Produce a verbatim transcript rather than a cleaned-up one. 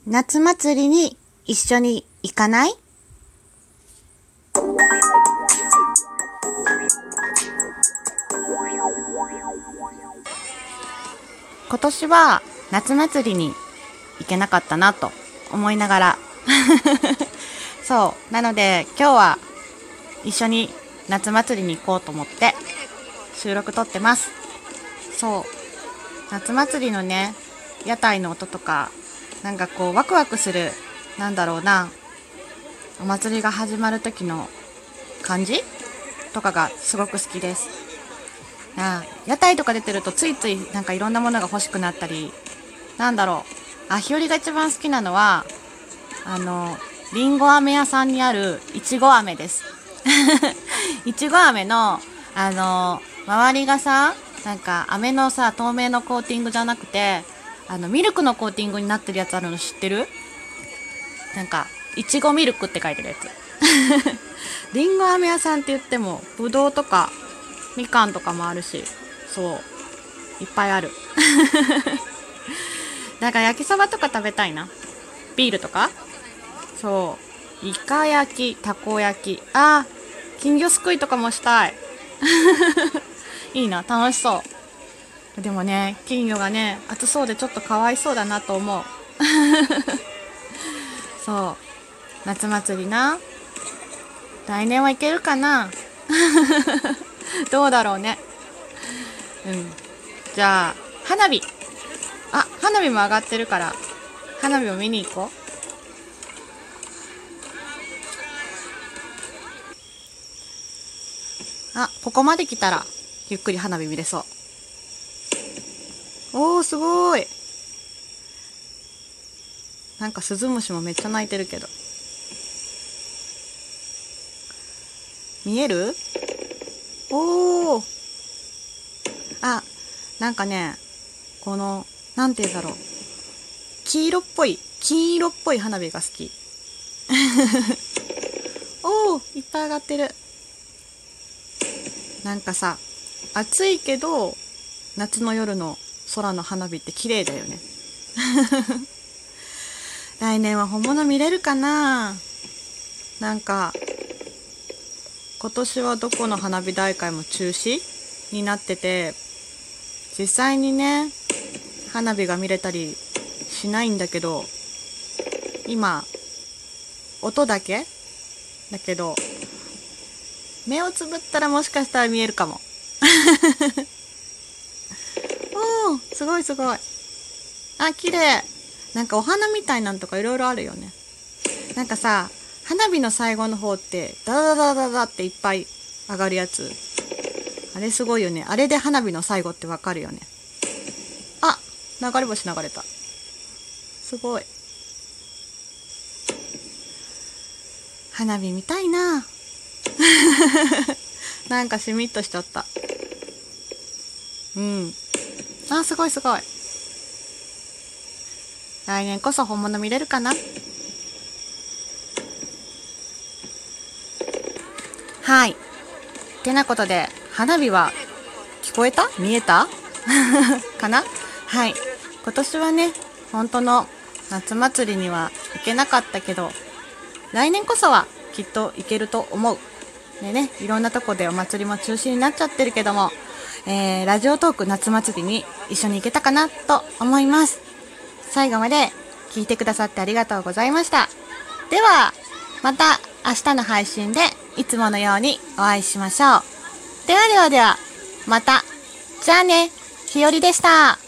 夏祭りに一緒に行かない？今年は夏祭りに行けなかったなと思いながらそうなので今日は一緒に夏祭りに行こうと思って収録撮ってます。そう夏祭りのね屋台の音とかなんかこうワクワクする、なんだろうな、お祭りが始まる時の感じとかがすごく好きです。あ屋台とか出てるとついついなんかいろんなものが欲しくなったり、なんだろう、あひよりが一番好きなのはあのりんご飴屋さんにあるいちご飴ですいちご飴のあの周りがさ、なんか飴のさ透明のコーティングじゃなくてあのミルクのコーティングになってるやつあるの知ってる？なんかいちごミルクって書いてるやつりんご飴屋さんって言ってもぶどうとかみかんとかもあるし、そういっぱいあるだから焼きそばとか食べたいな。ビールとか、そうイカ焼き、たこ焼き、あ金魚すくいとかもしたいいいな、楽しそう。でもね金魚がね暑そうでちょっとかわいそうだなと思うそう夏祭りな、来年はいけるかなどうだろうね。うんじゃあ花火、あ花火も上がってるから花火を見に行こう。あここまで来たらゆっくり花火見れそう。おーすごーい。なんかスズムシもめっちゃ鳴いてるけど見える？おーあなんかねこのなんていうんだろう、黄色っぽい金色っぽい花火が好きおーいっぱい上がってる。なんかさ暑いけど夏の夜の空の花火って綺麗だよね来年は本物見れるかな。なんか今年はどこの花火大会も中止になってて実際にね花火が見れたりしないんだけど、今音だけだけど目をつぶったらもしかしたら見えるかもおーすごいすごい、あ綺麗。なんかお花みたいなんとかいろいろあるよね。なんかさ花火の最後の方ってダダダダダっていっぱい上がるやつ、あれすごいよね。あれで花火の最後ってわかるよね。あ流れ星流れた、すごい。花火見たいななんかしみっとしちゃった。うんあすごいすごい。来年こそ本物見れるかな。はいてなことで花火は聞こえた？見えたかな。はい今年はね本当の夏祭りには行けなかったけど来年こそはきっと行けると思う。でねいろんなとこでお祭りも中止になっちゃってるけども、えー、ラジオトーク夏祭りに一緒に行けたかなと思います。最後まで聞いてくださってありがとうございました。ではまた明日の配信でいつものようにお会いしましょう。ではではではまた。じゃあね、ひよりでした。